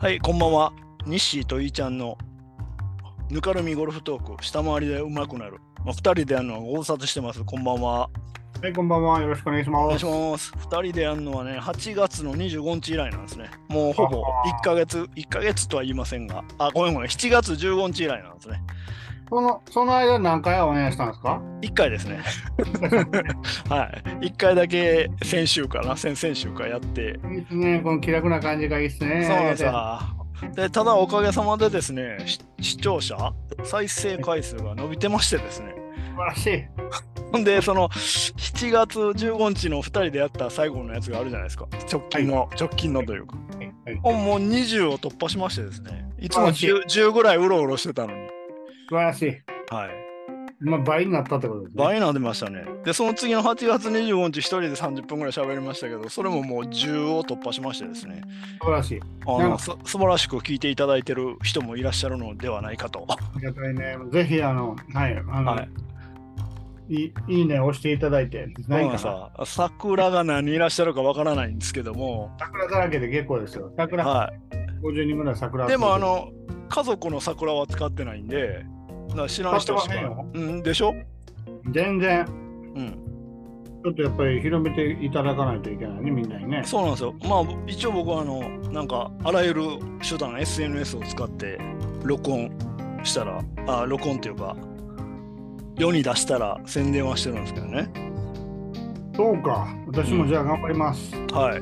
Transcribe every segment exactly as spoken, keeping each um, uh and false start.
はい、こんばんは。ニッシーとイーちゃんのぬかるみゴルフトーク、下回りで上手くなる。まあ、ふたりでやるのはご無沙汰してます。こんばんは。 はい、こんばんは。よろしくお願いしお願いします。 ます。ふたりでやるのはね、はちがつのにじゅうごにち以来なんですね。もうほはぼ1 はヶ月、いっかげつとは言いませんが、あ、ごめんごめん、しちがつじゅうごにち以来なんですね。 その、その間何回お願いしたんですか？ いっかいですね。はい。いっかいだけ先週かな、先々週かやって、 いいですね。この気楽な感じがいいですね。 そうなんですありがたいです。 わ。で、ただおかげさまでですね、し視聴者、再生回数が伸びてましてですね。 素晴らしい。 ほんで、そのしちがつじゅうごにちのふたりでやった最後のやつがあるじゃないですか。直近の、直近のというか。 はいはいほんもうにじゅうを突破しましてですね。いつも素晴らしい。 じゅう、じゅうぐらいうろうろしてたのに。 素晴らしい。 はい。 まあ、倍になったってことですね。 倍になってましたね。で、その次のはちがつにじゅうごにち一人でさんじゅっぷんぐらい喋りましたけど、それももうじゅうを突破しましてですね。 素晴らしい。 あの、 なんか、 す素晴らしく聞いていただいてる人もいらっしゃるのではないかと。 ありがたいね。ぜひ、あの、はい、あの、 はい。 いい、いいねを押していただいて、 そうないかな。 なんさ、桜が何人いらっしゃるかわからないんですけども、 桜だらけで結構ですよ。桜、 はごじゅうにんぐらい桜い。でついてる。 もあの、家族の桜は使ってないんで、だから知らん買って人しか、 ませんよ。 うんでしょ。 全然、 うん。 ちょっとやっぱり広めていただかないといけないね、みんなにね。 そうなんですよ。まあ、一応僕はあの、なんか、あらゆる手段、エスエヌエス を使って録音したら、あ、録音っていうか、世に出したら宣伝はしてるんですけどね。 そうか。私もじゃあ頑張ります。 はい。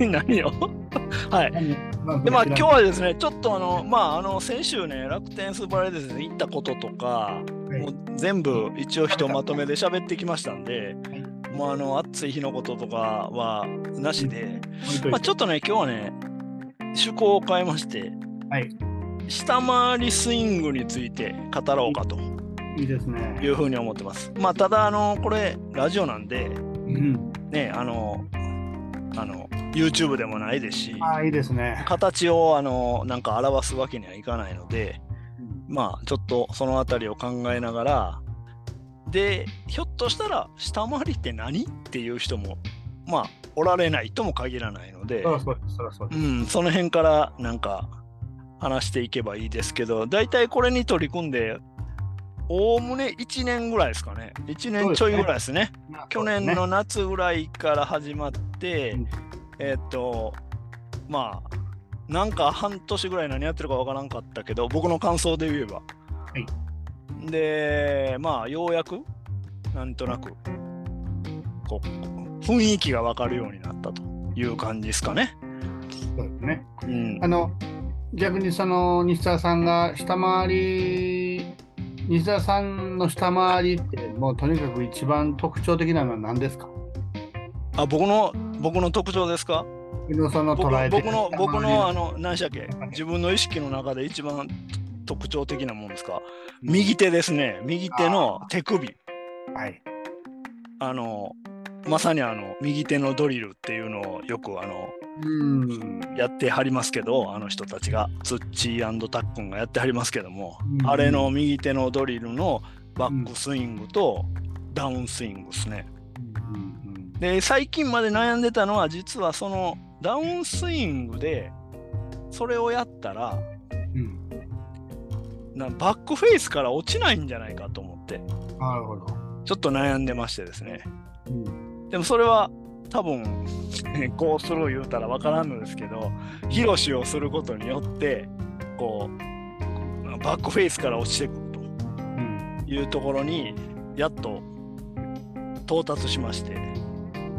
何よ。はい。 何で、まあ、今日知らん。 はですね、ちょっとあの、まあ、あの、先週ね、楽天スーパーレディスで行ったこととか、 はい。 もう全部一応ひとまとめで喋ってきましたんで、 はい。 もうあの、暑い日のこととかはなしで、まあ、 置いといて。 ちょっとね、今日はね、趣向を変えまして、 はい。 下回りスイングについて語ろうかといいですいね。 うふうに思ってます。まあ、ただ、あの、これ、ラジオなんで、 うん。 ね、あの、あの、YouTube でもないですし、 ああ、いいですね。 形を、あの、なんか表すわけにはいかないので、 うん。 まあ、ちょっとそのあたりを考えながら、で、ひょっとしたら、下回りって何っていう人も、まあ、おられないとも限らないのそで、 らそうです。そらそうです。 うん、その辺からなんか話していけばいいですけど、大体これに取り組んで、おおむねいちねんぐらいですかね。いちねんちょいぐそうですね。 らいですね。 まあ、 去そうですね。 年の夏ぐらいから始まって、 うん。 えーっと、まあ、なんか半年ぐらい何やってるかわからんかったけど、僕の感想で言えば。 はい。 で、まあ、ようやく、なんとなく、こう、雰囲気がわかるようになったという感じですかね。 そうですね。 うん。 あの、逆にその、西田さんが下回り、西田さんの下回りって、もうとにかく一番特徴的なのは何ですか？ あ、僕の、僕の特徴ですか？ 井野さんの僕の、 捉えてる僕の、 下回りの。 僕の、あの、何でしたっけ？自分の意識の中で一番特徴的なもんですか？ うん。 右手ですね。右手のあ手首。 あ、はい。 あの、まさにあの、右手のドリルっていうのをよくあの、 うん。 やってはりますけど、あの人たちが、ツッチータックンがやってはりますけども、 うん。 あれのうん。 右手のドリルのバうん。 ックスイングとダウンスイングですね。 うん。 で、最近まで悩んでたのは、実はそのダウンスイングで、それをやったら、 うん。 なバックフェイスから落ちないんじゃないかと思って、 なるほど。 ちょっと悩んでましてですね。 うん。 でもそれは多分、こうする言うたら分からんのですけど、ヒロシをすることによって、こう、バックフェイスから落ちてくるうん。 というところに、やっと到達しまして、 うん。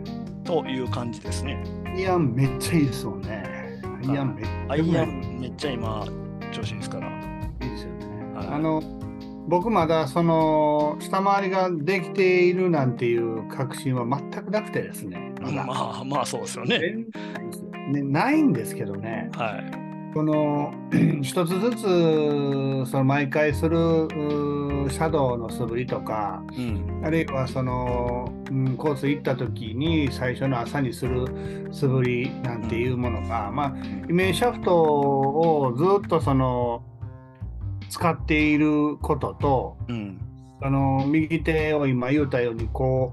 という感じですね。 アイアンめっちゃいいですもんね。アイアンめっちアイアゃうまい。 ンめっちゃ今、調子いいですから。 いいですよね。 はい、 あの、僕まだその下回りができているなんていう確信は全くなくてですね、まだ。 まあまあそうですよね。 全然ないんですよね、ないんですけどね、 はい。 この一つずつその毎回するうーシャドウの素振りとか、 うん。 あるいはその、うん、コース行った時に最初の朝にする素振りなんていうものが、まあ、イメージシャフトをずっとその使っていることと、 うん。 あの右手を今言ったようにこ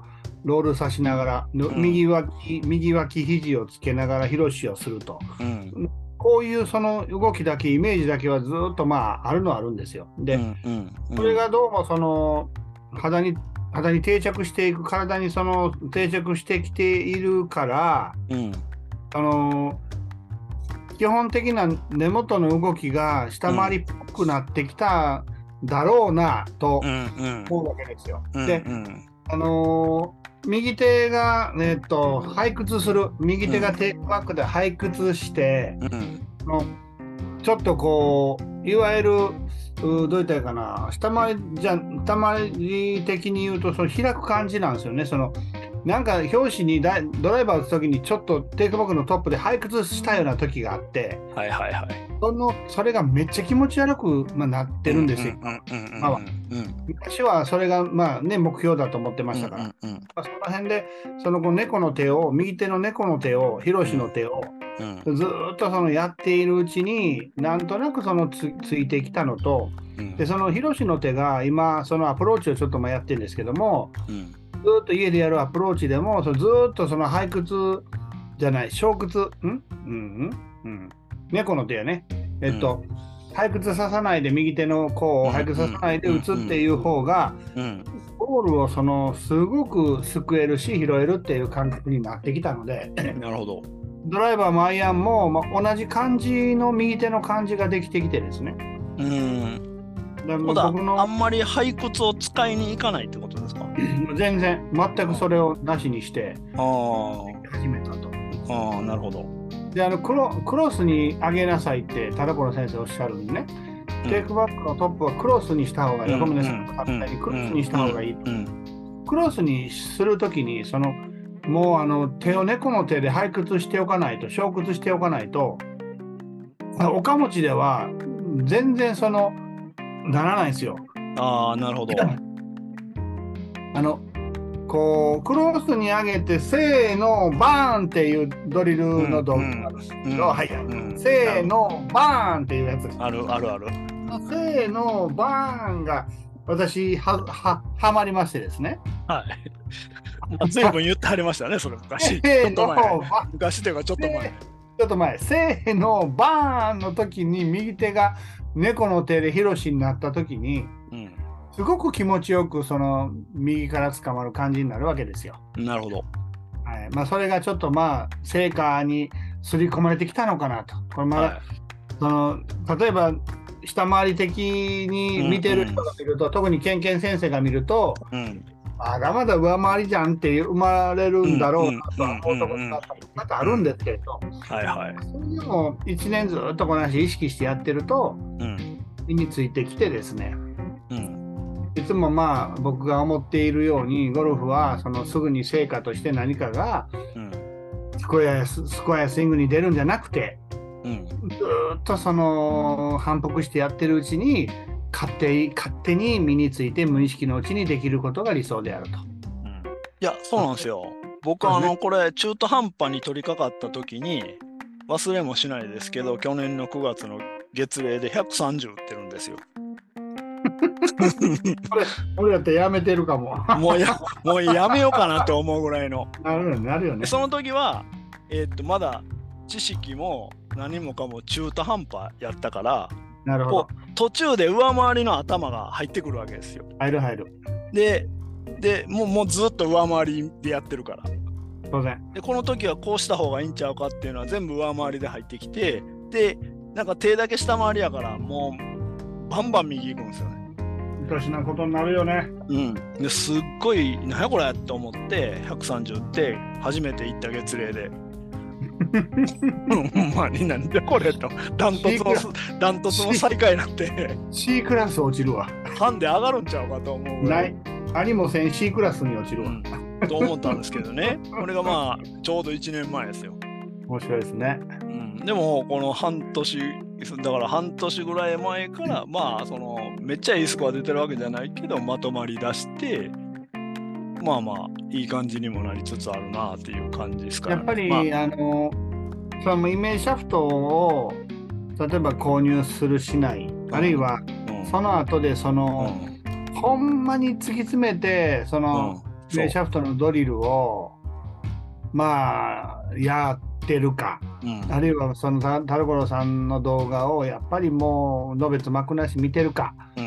ロールさしながら、 ん右脇、右脇肘をつけながら広しをすると。 うんこういうその動きだけ、イメージだけはずっとまああるのはあるんですよ。で、 うんうんうんそれがどうもその肌に、肌に定着していく、体にその定着してきているから、 うんあの基本的な根元の動きが下回りっぽくなってきただろうなとうんうん思うわけですよ。 うんで、 うんあのー右手が、えっと、背屈する、右手がテイクバックで背屈して、 うんあのちょっとこう、いわゆる、うどう言ったらいいかな、下回りじゃ、下回り的に言うと、その開く感じなんですよね。そのなんか表紙にダイドライバーを打つときに、ちょっとテイクバックのトップで背屈したような時があって、 はいはいはい。 そのそれがめっちゃ気持ち悪く、まあ、なってるんですよ。 うんうんうんうん今はうん昔はそれが、まあね、目標だと思ってましたから。 うんうんまあ、その辺で、そのこう猫の手を、右手の猫の手を、ヒロシの手を、 うんずーっとそのやっているうちに、なんとなくそのつついてきたのと、 うんでそのヒロシの手が今、そのアプローチをちょっとまあやってるんですけども、 うんずーっと家でやるアプローチでも、そのずーっとその背屈じゃない、小屈、んうんうんうん猫の手やね。えっと、背屈ささないで、右手の甲を背屈ささないで打つっていう方が、 うんボールをそのすごくすくえるし拾えるっていう感覚になってきたので、 なるほど。 ドライバーもアイアンも、まあ、同じ感じの右手の感じができてきてですね。 うんでただ僕のあんまり背屈を使いに行かないってことですか？ 全然全くそれをなしにしてあ始めたと。 ああなるほど。 であのクロクロスに上げなさいって田所先生おっしゃるんでね、 うんテイクバックのトップはクロスにした方がいい、 うんごめんなさい、 うん勝手にクロスにした方がいい、 うんクロスにするときにそのもうあの手を猫の手で背屈しておかないと、小屈しておかないと、あ岡持ちでは全然そのならないんですよ。 ああなるほど。 あのこうクロスに上げてせーのバーンっていうドリルの道具があるんですけど、 うんはい、 うんせーのバーンっていうやつ。 あるあるある。 せーのバーンが私はははまりましてですね。 はい。随分言ってはりましたね、それ昔。 せーのちょっと前バ昔というかちょっと前。 ちょっと前、せーのバーンの時に右手が猫の手でヒロシになった時に、 うんすごく気持ちよくその右から捕まる感じになるわけですよ。 なるほど。 はい、まあそれがちょっとまあ成果に刷り込まれてきたのかなと。これまだ、 はいその例えば下回り的に見てる人が見ると、特にケンケン先生が見ると、 うんまだまだ上回りじゃんって生まれるんだろうなとは思うところがまたあるんですけれど、 はいはい。 それでもいちねんずっとこの話意識してやってるとうん身についてきてですね、 うんいつもまあ僕が思っているようにゴルフはそのすぐに成果として何かがうんスコアやスコアやスイングに出るんじゃなくて、 うんずーっとその反復してやってるうちに勝手勝手に身について無意識のうちにできることが理想であると。 いやそうなんですよ。僕はあのこれ中途半端に取り掛かった時に忘れもしないですけど、去年のくがつの月例でひゃくさんじゅう打ってるんですよ。 俺俺だってやめてるかも。 もうやもうやめようかなって思うぐらいの。 なるよね、なるよねで。その時は、えーっとまだ知識も何もかも中途半端やったから、 なるほど。 こう途中で上回りの頭が入ってくるわけですよ。 入る入る。 ででもうもうずっと上回りでやってるから。 当然。 でこの時はこうした方がいいんちゃうかっていうのは全部上回りで入ってきて、でなんか手だけ下回りやからもうバンバン右行くんですよね。 おかしなことになるよね。 うん、ですっごい何やこれと思ってひゃくさんじゅうって初めて行った月齢でほんまになんでこれとダントツのダントツの最下位になって C クラス落ちるわ。 ハンで上がるんちゃうかと思うぐらない。ありもせん C クラスに落ちるわ。 うんと思ったんですけどね。これがまあちょうどいちねんまえですよ。 面白いですね。 うん、でもこの半年だから半年ぐらい前からまあそのめっちゃいいスコア出てるわけじゃないけどまとまり出してまあまあいい感じにもなりつつあるなっていう感じですから、ね、 やっぱり、 まあ、 あのそのイメージシャフトを例えば購入するしない、 んあるいはうんその後でその、 うんほんまに突き詰めてその、 うんイメージシャフトのドリルをまあやってるか、うん、あるいはその田所さんの動画をやっぱりもうのべつ幕なし見てるか、うん、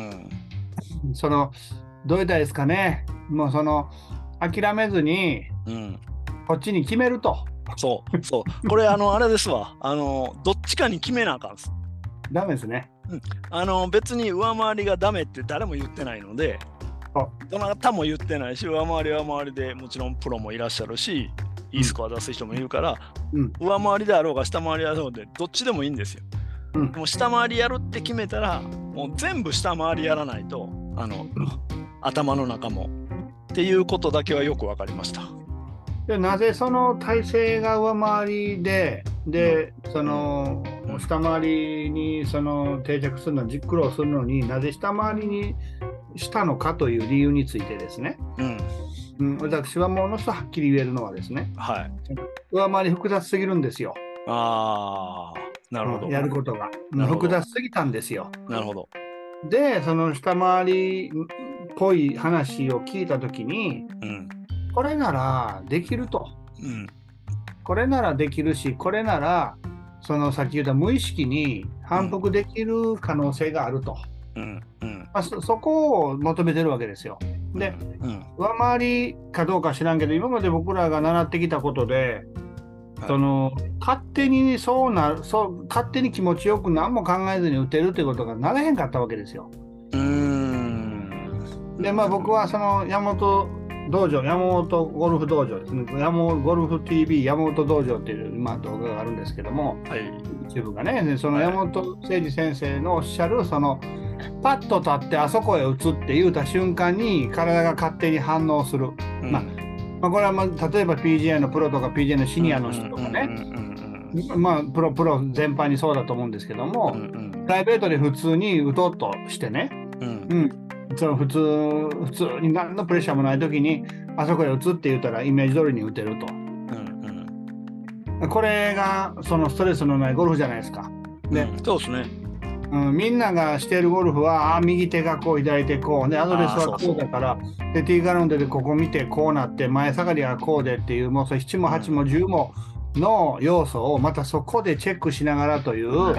そのどう言ったらいいですかね、もうその諦めずに、うん、こっちに決めると。 そうそう、これあのあれですわ、あのどっちかに決めなあかんです。 ダメですね、 うん、あの別に上回りがダメって誰も言ってないので、どなたも言ってないし、上回りは上回りでもちろんプロもいらっしゃるし、いいスコア出す人もいるから、うん、上回りであろうが下回りであろうでどっちでもいいんですよ。うん、でも下回りやるって決めたらもう全部下回りやらないと、あの頭の中もっていうことだけはよく分かりました。 でなぜその体勢が上回りで、で、うん、その下回りにその定着するのに苦労するのになぜ下回りにしたのかという理由についてですね、うんうん、私はものすごくはっきり言えるのはですね、はい、上回り複雑すぎるんですよ。 ああ、なるほど、 うん、やることが複雑すぎたんですよ。 なるほど。 でその下回りっぽい話を聞いたときに、うん、これならできると、うん、これならできるし、これならそのさっき言った無意識に反復できる可能性があると、うんうんまあ、そ, そこを求めてるわけですよ。で、うん、上回りかどうか知らんけど、今まで僕らが習ってきたことで、はい、その勝手にそうなそう勝手に気持ちよく何も考えずに打てるということがならへんかったわけですよ。うーんでまあ僕はその山本道場、山本ゴルフ道場ですね、山本ゴルフ ティービー 山本道場っていう、まあ、動画があるんですけども、はい、一部がね、その山本誠二先生のおっしゃるそのパッと立ってあそこへ打つって言うた瞬間に体が勝手に反応する、うんまあまあ、これはまあ例えば ピージーエー のプロとか ピージーエー のシニアの人とかね、まあプロプロ全般にそうだと思うんですけども、うんうん、プライベートで普通に打とうとしてね、うんうんその普通普通に何のプレッシャーもないときにあそこへ打つって言ったらイメージ通りに打てると、うんうん、これがそのストレスのないゴルフじゃないですか。で、 うん、そうですね、 うん、みんながしているゴルフはあ右手がこう左手こうでアドレスはこうだからそうそうでティーグラウンドでここ見てこうなって前下がりはこうでっていうもうそれななもはちもじゅうもの要素をまたそこでチェックしながらという、うんうん、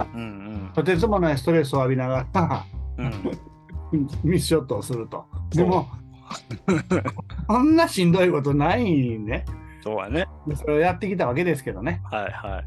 とてつもないストレスを浴びながら、うんミスショットをすると。でもこんなしんどいことないね。 そうはね。 それをやってきたわけですけどね。 はいはい。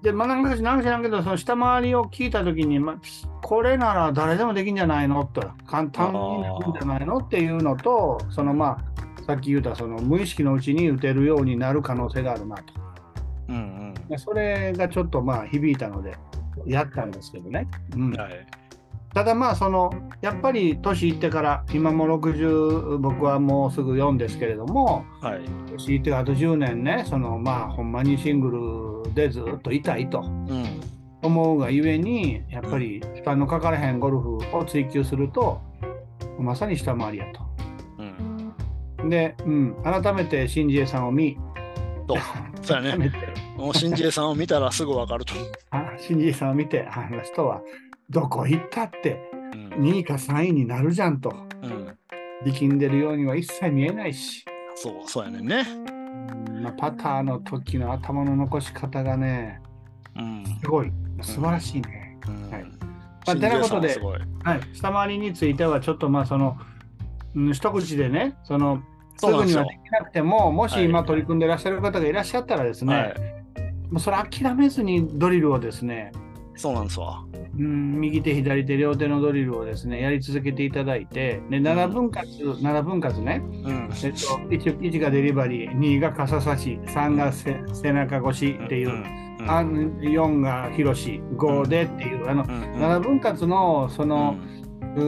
で、まあ、なんか知らんけど、その下回りを聞いたときに、まあ、これなら誰でもできんじゃないのと、簡単になるんじゃないのっていうのと、そのまあ、さっき言ったその無意識のうちに打てるようになる可能性があるなと。うんうん、それがちょっとまあ響いたので、やったんですけどね。うんはいただまあそのやっぱり年いってから今もろくじゅう僕はもうすぐよんですけれども、はい、年いってからあとじゅうねんねそのまあほんまにシングルでずっといたいと思うがゆえにやっぱり負担のかからへんゴルフを追求するとまさに下回りやと、うん、で、うん、改めてシンジエさんを見とそうやねもうシンジエさんを見たらすぐ分かるとあシンジエさんを見てあの人はどこ行ったってにいかさんいになるじゃんと、うん、力んでるようには一切見えないしそうそうやねんね、 うんまあ、パターの時の頭の残し方がね、うん、すごい素晴らしいね、うんはいまあ、てなことで、はい、下回りについてはちょっとまあその、うん、一口でねそのすぐにはできなくてももし今取り組んでいらっしゃる方がいらっしゃったらですね、はい、もうそれ諦めずにドリルをですねそうなんですわうん右手左手両手のドリルをですねやり続けていただいてでななぶん割、うん、ななぶん割ね、うんえっと、いち, いちがデリバリーにいが傘差しさんがせ背中越しっていう、うんうん、よんが広しごでっていうあの、うん、ななぶん割のその、うん、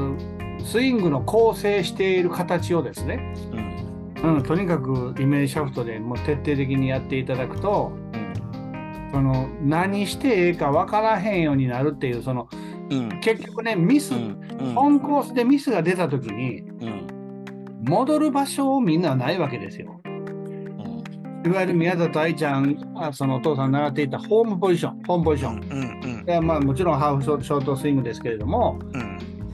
うスイングの構成している形をですね、うんうん、とにかくイメージシャフトでもう徹底的にやっていただくとその何してええか分からへんようになるっていうその、うん、結局ねミス、うんうん、本コースでミスが出た時に、うん、戻る場所をみんなはないわけですよ、うん、いわゆる宮里藍ちゃんがそのお父さん習っていたホームポジションホームポジション、うんうんうん、まあ、もちろんハーフショートスイングですけれども、うん、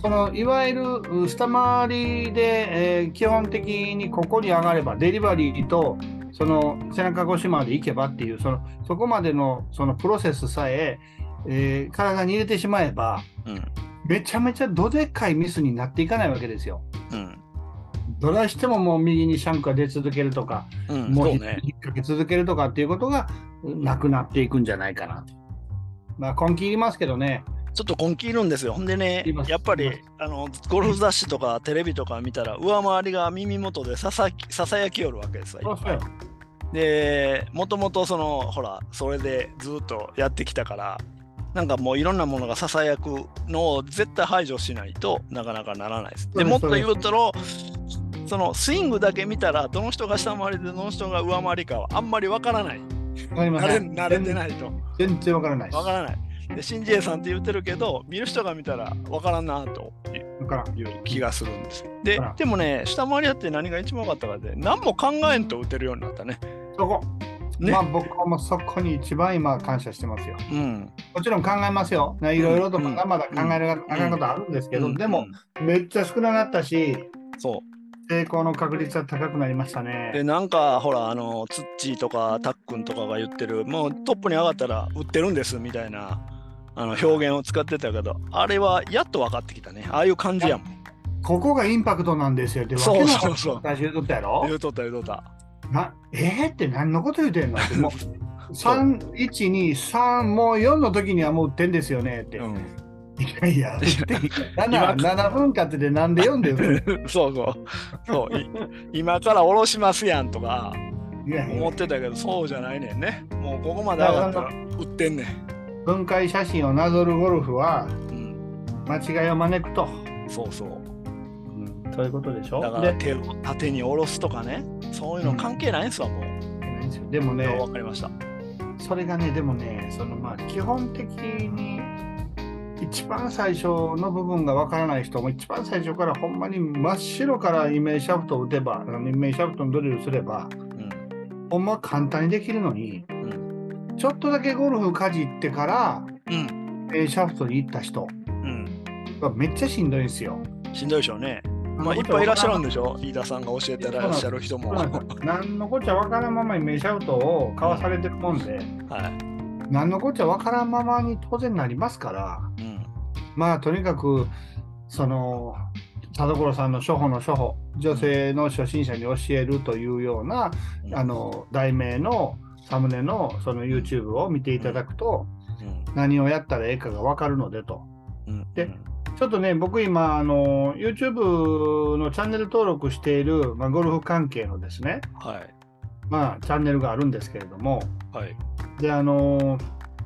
そのいわゆる下回りで、えー基本的にここに上がれば、デリバリーとその背中越しまで行けばっていう、そのそこまでのそのプロセスさええー体に入れてしまえば、 うんめちゃめちゃどでかいミスになっていかないわけですよ。 うんどないしてももう右にシャンクが出続けるとか、 うんもう引っそうね。 掛け続けるとかっていうことがなくなっていくんじゃないかなと。まあ、根気いりますけどね。 ちょっと根気いるんですよ。ほんでねいますやっぱりいますあのゴルフ雑誌とかテレビとか見たら上回りが耳元でささきささやきよるわけですわ。いっぱいでもともとそのほらそれでずっとやってきたからなんかもういろんなものがささやくのを絶対排除しないとなかなかならないです。でもっと言うとそのスイングだけ見たらどの人が下回りでどの人が上回りかはあんまりわからない。 わかりません。 慣れ慣れてないと全然わからないです。 わからない。で新次さんって言ってるけど見る人が見たらわからんなとわからん。 いう気がするんです。でわからんでもね下回りやって何が一番良かったかで何も考えんと打てるようになったね。 そこ。 ねまあ僕はもうそこに一番今感謝してますよ。 うんもちろん考えますよ。いろいろとまだまだ考えるあかんことあるんですけど、 うんでもめっちゃ少なくなったし、 そう成功の確率は高くなりましたでね。 なんかほらあのツッチーとかタックンとかが言ってるもうトップに上がったら打ってるんですみたいなあの表現を使ってたけどあれはやっと分かってきたね。ああいう感じやもん。 ここがインパクトなんですよってそうそうそう最初言ったやろ言うとった言うとった。 なえー、って何のこと言うてんのってもうさん、いち、に、さん、もうよんの時にはもう打ってんですよねって。 うんいやいや、なな, ななふんかってでなんでよんで打つそうそうそうい今から下ろしますやんとかいやいや思ってたけどそうじゃないねんね。もうここまで上がったら打ってんねん。 分解写真をなぞるゴルフはうん間違いを招くと、 そうそううんそういうことでしょ。 だから手を縦に下ろすとかねそういうの関係ないんすわもう。 ででもね、 わかりました。 それがね、でもね、そのまあ基本的に一番最初の部分がわからない人も一番最初からほんまに真っ白からイメージシャフトを打てば、イメージシャフトのドリルすれば、 うんほんま簡単にできるのに、 うんちょっとだけゴルフかじってから、 うんイメージシャフトに行った人うんはめっちゃしんどいんですよ。 しんどいでしょうね。まあいっぱいいらっしゃるんでしょ飯田さんが教えてらっしゃる人も。は何のこっちゃわからんままイメージシャフトを買わされてるもんで、 い。 何のこっちゃわからんままに当然なりますから、 うんまあとにかくその田所さんの初歩の初歩、女性の初心者に教えるというような、 うんあの題名のサムネのその YouTube を見ていただくと、 うん何をやったらええかがわかるのでと。 うんでちょっとね、僕今あの YouTube のチャンネル登録している、まあ、ゴルフ関係のですね、 はいまあ、チャンネルがあるんですけれども、 はいであの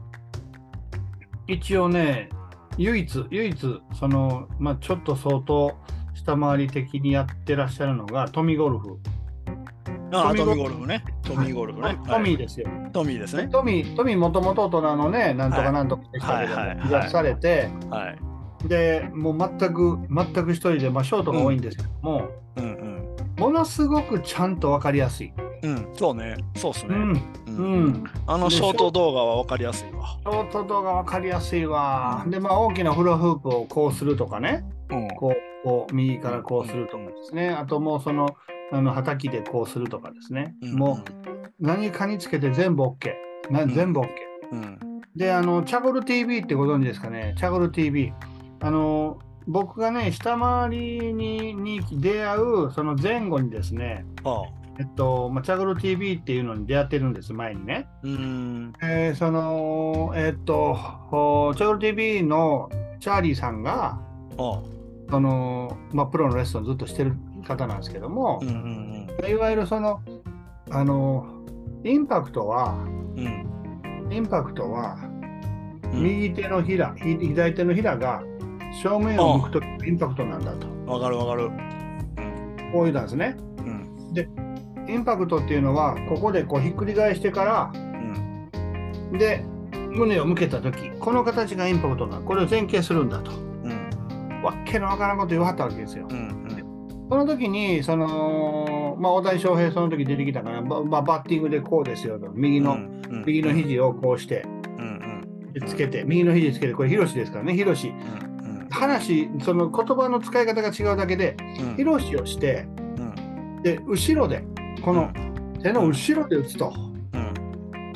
一応ね、唯一、唯一その、まあ、ちょっと相当下回り的にやってらっしゃるのがトミーゴルフ。 ああトトミーミーゴルフねトミーゴルフね。 トミーですよ。 トミーですね。 トミー、トミーもともと大人のね、なんとかなんとかでしたけどはいはいはいも、離脱されて、 はい。 でもう全く、全く一人で、まあ、ショートが多いんですけども、 うんうんものすごくちゃんと分かりやすい。 うんそうねそうっすね。 うん、 ううんん。 あのショート動画はわかりやすいわ。 ショート動画分かりやすいわ。で、まあ、大きなフラフープをこうするとかね、 うんこう、こう右からこうするとかですね、あともうその、あの、はたきでこうするとかですね、 うんもう何かにつけて全部 OK。なうん全部 OK。 うんで、あの、チャゴル ティーブイ ってご存知ですかね、チャゴル ティーブイ。あの、僕がね、下回りにに出会うその前後にですね、 ああえっと、まあ、チャゴル ティーブイ っていうのに出会ってるんです、前にね。 うんえーその、えっと、ほチャゴル ティーブイ のチャーリーさんが、 あその、まあ、プロのレッスンをずっとしてる方なんですけどもうんう、んいわゆるその、あの、インパクトは、 うんうんインパクトは、 うん右手のひら、ひ左手のひらが正面を向くときのインパクトなんだと。 わかるわかる。 こう言ったんですね。 うんインパクトっていうのは、ここでこうひっくり返してから、 うんで、胸を向けたとき、この形がインパクトな、これを前傾するんだと。 うんわっけのわからんこと言わはったわけですよ。 うんその時に、その、まあ、大谷翔平、その時出てきたから、ばまあ、バッティングでこうですよと、右の、 うん右の肘をこうして、 うんうんでつけて、右の肘つけて、これ、ヒロシですからね、ヒロシ。 うん話、その言葉の使い方が違うだけで、ヒロシをして、うん、で後ろでこの手の後ろで打つと、うん、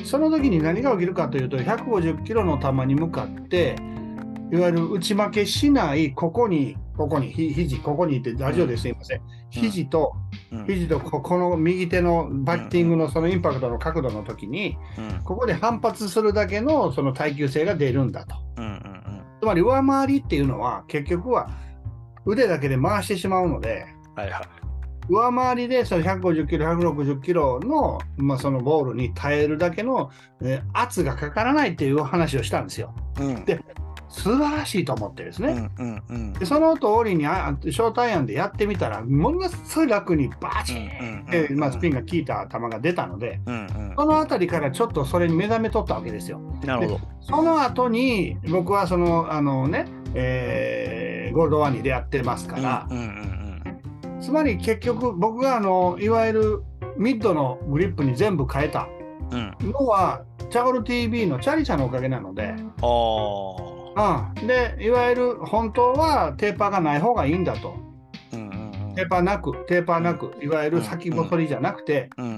その時に何が起きるかというと、ひゃくごじゅっキロの球に向かっていわゆる打ち負けしない、ここにここにひ肘ここにいてラジオですいません、うん、肘と、うん、肘とここの右手のバッティングのそのインパクトの角度の時に、うん、ここで反発するだけのその耐久性が出るんだと、うんうんうん、つまり上回りっていうのは結局は腕だけで回してしまうので、はいはい、上回りでそのひゃくごじゅっキロひゃくろくじゅっキロの、まあ、そのボールに耐えるだけの、えー、圧がかからないっていう話をしたんですよ、うん、で素晴らしいと思ってですね、うんうんうん、でその通りにあ小対案でやってみたらものすごい楽にバチーンって、まあ、スピンが効いた球が出たので、うんうん、そのあたりからちょっとそれに目覚めとったわけですよ。なるほど。その後に僕はそのあのね、えー、ゴールドワンに出会ってますから、うんうんうんうん、つまり結局僕があのいわゆるミッドのグリップに全部変えたのは、うん、チャゴル ティービー のチャリ社のおかげなので、あうん、でいわゆる本当はテーパーがない方がいいんだと、うんうんうん、テーパーなくテーパーなくいわゆる先細りじゃなくて、うんうんうん、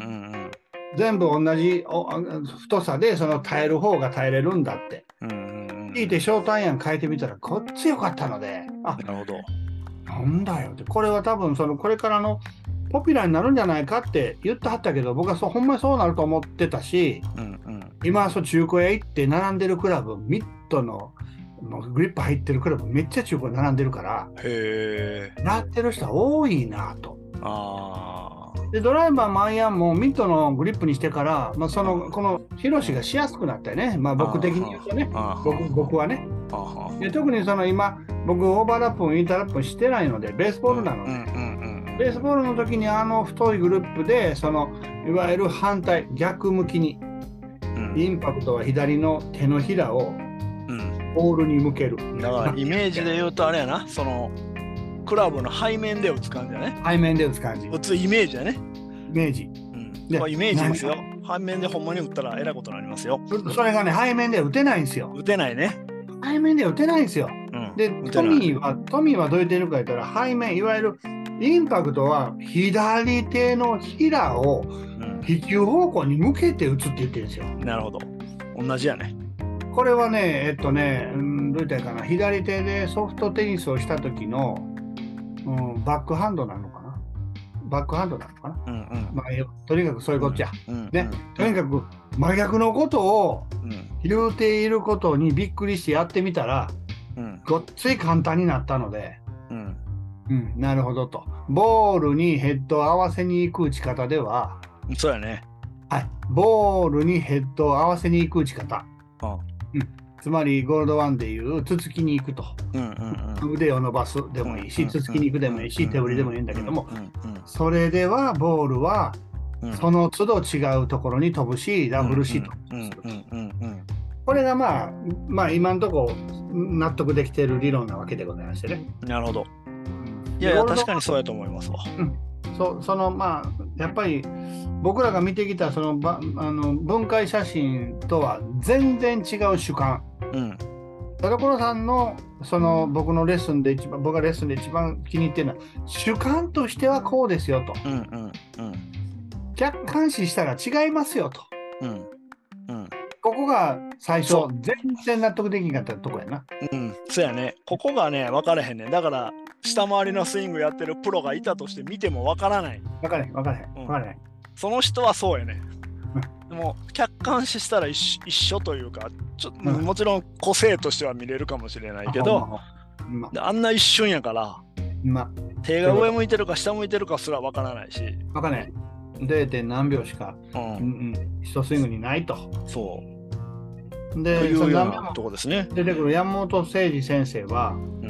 全部同じ太さでその耐える方が耐えれるんだって、うんうんうん、聞いて小単位案変えてみたらこっちよかったので、あ、なるほど、なんだよって、これは多分そのこれからのポピュラーになるんじゃないかって言ってはったけど、僕はそうほんまにそうなると思ってたし、うんうん、今そう中古屋行って並んでるクラブミッドのグリップ入ってるクラブめっちゃ中古並んでるから、へー、やってる人は多いなと。あでドライバーマイアンもミッドのグリップにしてから、まあ、そのこのヒロシがしやすくなったよね、まあ、僕的に言うとね、僕, 僕はねで特にその今僕オーバーラップもインターラップもしてないのでベースボールなので、うんうんうんうん、ベースボールの時にあの太いグループでそのいわゆる反対逆向きに、うん、インパクトは左の手のひらをボールに向ける。 だからイメージで言うとあれやな、そのクラブの背面で打つ感じだね。 背面で打つ感じ。 打つイメージだね。 イメージ。 うん。でイメージですよ。背面でほんまに打ったらえらいことになりますよ。 それがね、背面で打てないんですよ。 打てないね。 背面で打てないんですよ。うん、で、トミーは、トミーはどう言ってるか言ったら、背面、いわゆるインパクトは左手のひらを飛球方向に向けて打つって言ってるんですよ。 うん、なるほど。同じやね。 これはね、えっとね、うん、どう言ったらいいかな、左手でソフトテニスをした時の、うん、バックハンドなのかな、バックハンドなのかな、うんうん、まあ、とにかくそういうことじゃ、うんうんね、とにかく真逆のことを言うていることにびっくりしてやってみたら、うん、ごっつい簡単になったので、うんうん、なるほどと。ボールにヘッドを合わせに行く打ち方では、 そうやね、 はい、ボールにヘッドを合わせに行く打ち方、あうん、つまりゴールドワンでいうつつきに行くと、うんうんうん、腕を伸ばすでもいいし、つつきに行くでもいいし、手振りでもいいんだけども、それではボールはその都度違うところに飛ぶし、ダブルシートすると。これがまあ、まあ今のところ納得できている理論なわけでございましてね。 なるほど。いやいや、確かにそうやと思いますわ。 うん、そ, そのまあやっぱり僕らが見てきたそのばあの分解写真とは全然違う主観。うん、田所さんのその僕のレッスンで一番僕がレッスンで一番気に入ってるのは主観としてはこうですよと、うんうんうん、客観視したら違いますよと、うんうん、ここが最初全然納得できなかったとこやな。 うん、そうやね。ここがね分からへんね。だから下回りのスイングやってるプロがいたとして見ても分からない。 分からへん分からへん分からへん。 その人はそうやね。でも客観視したら 一, 一緒というかちょ、うん、もちろん個性としては見れるかもしれないけど、まあ、あんな一瞬やから、ま、手が上向いてるか下向いてるかすら分からないし。 分からない。ゼロ. 点何秒しか、うんうん、一スイングにないと。 そうでというようなとこですね。 出てくる山本誠二先生は、うん、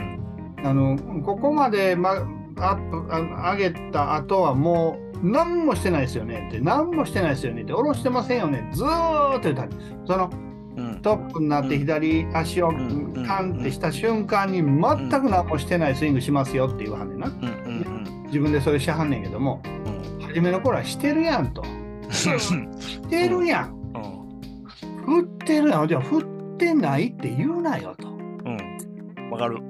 あのここまで、ま、アップあ上げた後はもう何もしてないですよねって何もしてないですよねって下ろしてませんよねずーっと言ったその、うん、トップになって左足をカンってした瞬間に全く何もしてないスイングしますよっていうはんねんな、うんうんうん、自分でそれしはんねんけども、うん、初めの頃はしてるやんとしてるやん、うん、振ってるやんじゃあ振ってないって言うなよと、 うん、わかる。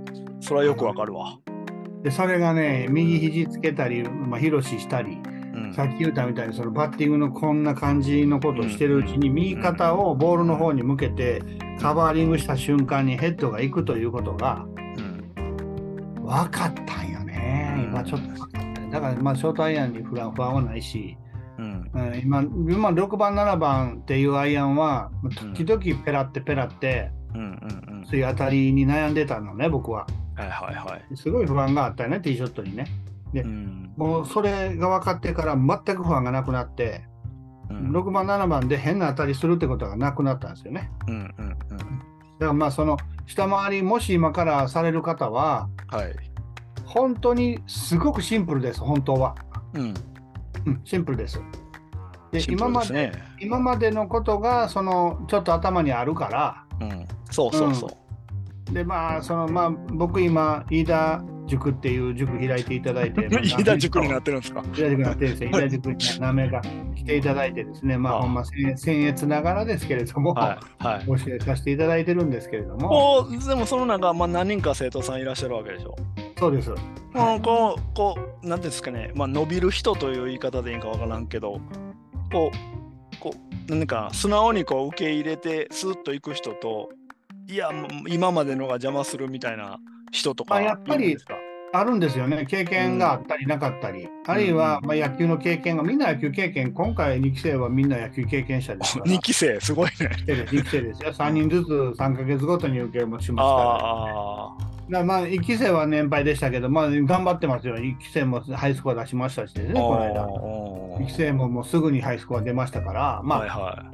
それはよくわかるわ。 でそれがね、右肘つけたり、まあ、広ししたり、 うん、 さっき言ったみたいにそのバッティングのこんな感じのことをしてるうちに、右肩をボールの方に向けてカバーリングした瞬間にヘッドが行くということが分かったんよね。今ちょっと分かった。だからまあショートアイアンに不安不安はないし、うんうん、今, 今ろくばんななばんっていうアイアンは時々ペラってペラって、うんうんうん、そういう当たりに悩んでたのね、僕は。はいはいはい、すごい不安があったよね、ティーショットにね。で、うん、もうそれが分かってから全く不安がなくなって、うん、ろくばんななばんで変な当たりするってことがなくなったんですよね。うんうんうん、だからまあその下回りもし今からされる方は、はい、本当にすごくシンプルです、本当は。うんうん、シンプルです。で、今まで、今までのことがそのちょっと頭にあるから、うん、そうそうそう。うん、でまあそのまあ僕今飯田塾っていう塾開いていただいて、 飯田塾になってるんですか？ 飯田塾になってるんですよ。飯田塾に名前が来ていただいてですね、まあほんま僭越ながらですけれども、はいはい、教えさせていただいてるんですけれども。 おでもその中、まあ、何人か生徒さんいらっしゃるわけでしょ？ そうです。 はい、こうこうなんですかね、まあ、伸びる人という言い方でいいかわからんけど、こうこう何か素直にこう受け入れてスーッといく人と、いや今までのが邪魔するみたいな人とかやっぱりあるんですよね。経験があったりなかったり、うん、あるいはまあ野球の経験がみんな野球経験、今回にき生はみんな野球経験者ですから。 にき生すごいね。 にき生ですよ。さんにんずつさんかげつごとに受け持ちますから、ね。あだまあいっき生は年配でしたけど、まあ、頑張ってますよ。いっき生もハイスコア出しましたしですね、この間。いっき生ももうすぐにハイスコア出ましたから、まあ、はいはい、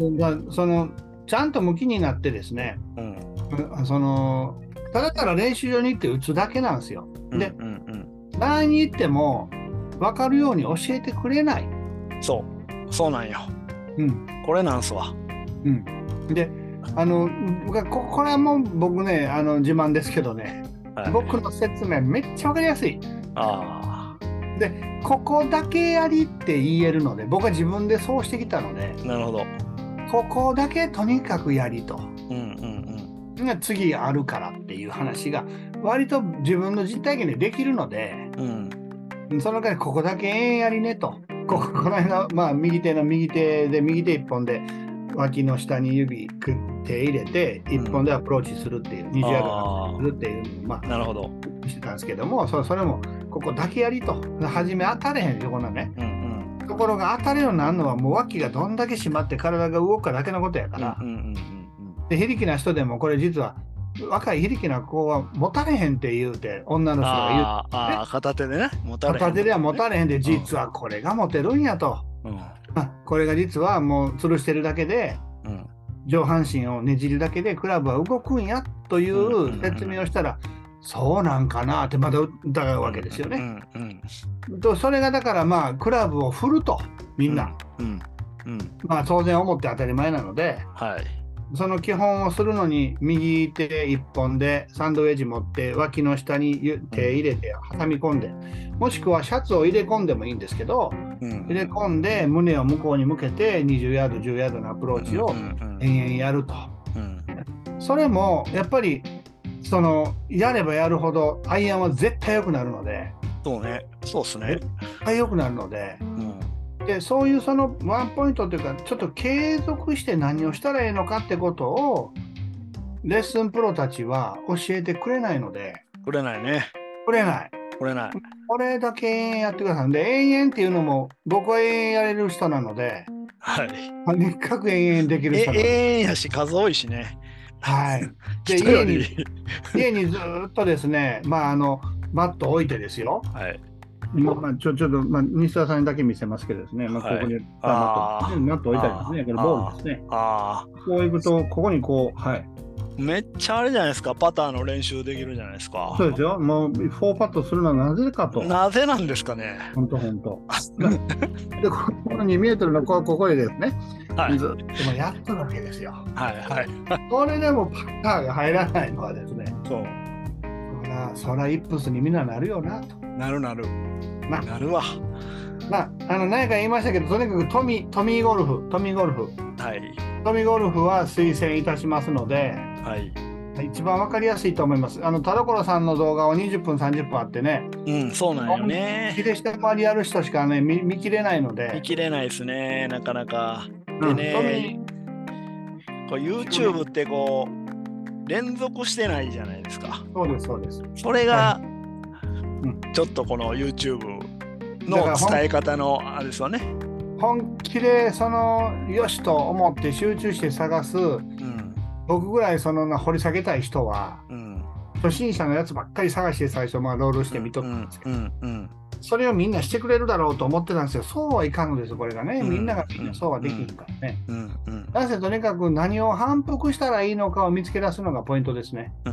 そのちゃんと向きになってですね、うん、そのただただ練習場に行って打つだけなんですよ。で、うんうんうん、何に行っても分かるように教えてくれない。 そう、そうなんよ。うん、これなんすわ。 うん、で、あのこ、これはもう僕ね、あの自慢ですけどね。はい、僕の説明めっちゃ分かりやすい。あで、ここだけやりって言えるので、僕は自分でそうしてきたので、 なるほど。 ここだけとにかくやりと、うんうんうん、次あるからっていう話が割と自分の実体験でできるので、うん、その中でここだけやりねと、ここ、この間、まあ、右手の右手で右手いっぽんで脇の下に指手入れていっぽんでアプローチするっていう、うん、にじゅうヤードするっていう、まあ、なるほどしてたんですけども、そ, それもここだけやりと、初め当たれへんでしょ、こんなね、うんうん、ところが当たれるようになるのはもう脇がどんだけ締まって体が動くかだけのことやから、うんうんうんうん、で非力な人でもこれ実は若い非力な子は持たれへんって言うて、女の人が言うて、ね、 ああ片手でね、持たれへん、 片手では持たれへんで、実はこれが持てるんやと、うん、これが実はもう吊るしてるだけで、うん、上半身をねじるだけでクラブは動くんやという説明をしたら、うんうんうん、そうなんかなってまだ疑うわけですよね。うんうんうん、とそれがだからまあクラブを振るとみんな、うんうんうん、まあ当然思って当たり前なので、はい、その基本をするのに右手いっぽんでサンドウェッジ持って脇の下に手入れて挟み込んで、もしくはシャツを入れ込んでもいいんですけど、うん、入れ込んで胸を向こうに向けてにじゅうヤードじゅうヤードのアプローチを延々やると、うんうん、それもやっぱりそのやればやるほどアイアンは絶対良くなるので、 そうね、そうですね、 絶対良くなるので、うん、でそういうそのワンポイントというか、ちょっと継続して何をしたらいいのかってことをレッスンプロたちは教えてくれないので、 くれないね、 くれないくれない、 これだけ延々やってください。で延々っていうのも僕は延々やれる人なので、はい、とにかく延々できる人なので、 延々やし数多いしね、 はい、で家に家にずっとですね、まああのバット置いてですよ、はい、まあ、ちょちょっと、まあ、西澤さんにだけ見せますけどですね、まあ、ここにマット、マット置いたりですね、これボールですね。あこういくと、ここにこう、はい。 めっちゃあれじゃないですか、パターの練習できるじゃないですか。 そうですよ、もうフォーパットするのはなぜかと。 なぜなんですかね。 本当本当。で、このにメートルのここでですね、はい、ずっともやってるわけですよ。はいはい。これでもパターが入らないのはですね、そう。そら、そらイップスにみんななるよなと。 なるなる。まあ、なるわ。 まあ、あの何か言いましたけど、とにかくトミトミーゴルフ、トミーゴルフ、はい、トミーゴルフは推薦いたしますので、はい、 一番わかりやすいと思います。あの田所さんの動画はにじゅっぷんさんじゅっぷんあってね、 うん、そうなんよね。 切れして回りやる人しかね 見, 見切れないので。 見切れないですね、なかなか。 うん、 でね、こう YouTube ってこう連続してないじゃないですか。 そうですそうです。 それが、 はい、 ちょっとこの YouTube の伝え方のあれですよね。 本気でそのよしと思って集中して探す、うん、僕ぐらいその掘り下げたい人は、うん、初心者のやつばっかり探して最初まあロールして見とったんですけど、うんうんうん、それをみんなしてくれるだろうと思ってたんですよ。そうはいかんのですこれがね、みんながみんなそうはできんからね。うんうん、なぜとにかく何を反復したらいいのかを見つけ出すのがポイントですね。うん、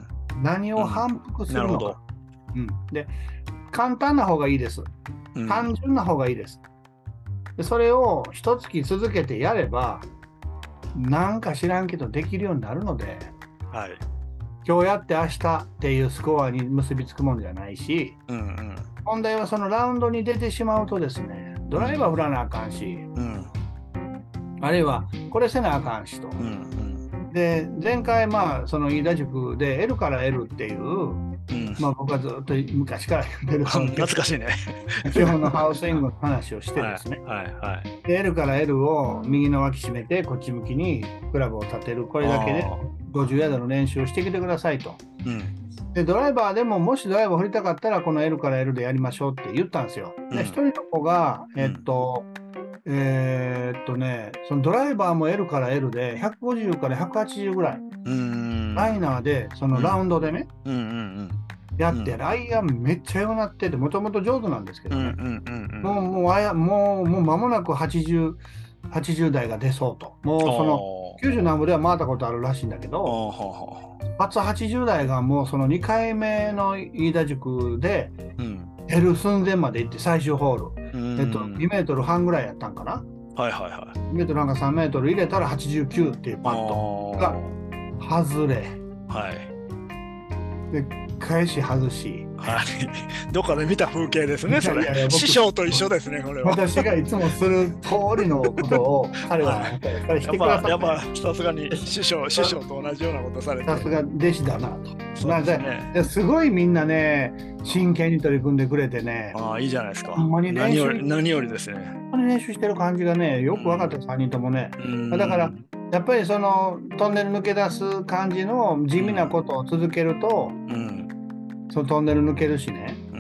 何を反復するのか、うん、で簡単な方がいいです。単純な方がいいです。でそれを一月続けてやればなんか知らんけどできるようになるので、はい、今日やって明日っていうスコアに結びつくもんじゃないし、うんうん、問題はそのラウンドに出てしまうとですね、ドライバー振らなあかんし、うん、あるいはこれせなあかんしと、うんうん、で前回まあその飯田塾で L から L っていう、うん、まあ僕はずっと昔から言ってる懐かしいね基本のハウスイングの話をしてですね、はいはいはい、で L から L を右の脇締めてこっち向きにクラブを立てる、これだけでごじゅうヤードの練習をしてきてくださいと、うん、でドライバーでももしドライバー振りたかったらこの L から L でやりましょうって言ったんですよ。で一、うん、人の子がえっと、うん、えー、っとねそのドライバーも L から L でひゃくごじゅうからひゃくはちじゅうぐらい、うん、ライナーでそのラウンドでね、うんうんうんうんやって、うん、ライアンめっちゃ良くなってて、もともと上手なんですけどね、もうもうあやもうもう間もなくはちじゅう、はちじゅう代が出そうと、もうそのきゅうじゅう何歩では回ったことあるらしいんだけど、初はちじゅう代がもうそのにかいめの飯田塾で出る寸前まで行って、最終ホール、うん、えっと、にメートルはんぐらいやったんかな、はいはいはい、にメートルなんかさんメートル入れたらはちじゅうきゅうっていうパットが外れ。はいで返し外し、 はい、どっかで見た風景ですね、それ。いやいや師匠と一緒ですね、これは。 私がいつもする通りのことを彼はやっぱりしてくださって、 やっぱさすがに師匠師匠と同じようなことされて、 さすが弟子だなと。そうですね。ですごいみんなね、真剣に取り組んでくれてね。 ああ、いいじゃないですか。ほんまに練習、何より何よりですね。 ほんまに練習してる感じがね、よく分かった、さんにんともね。だからやっぱりそのトンネル抜け出す感じの地味なことを続けると、うん、そのトンネル抜けるしね、うん、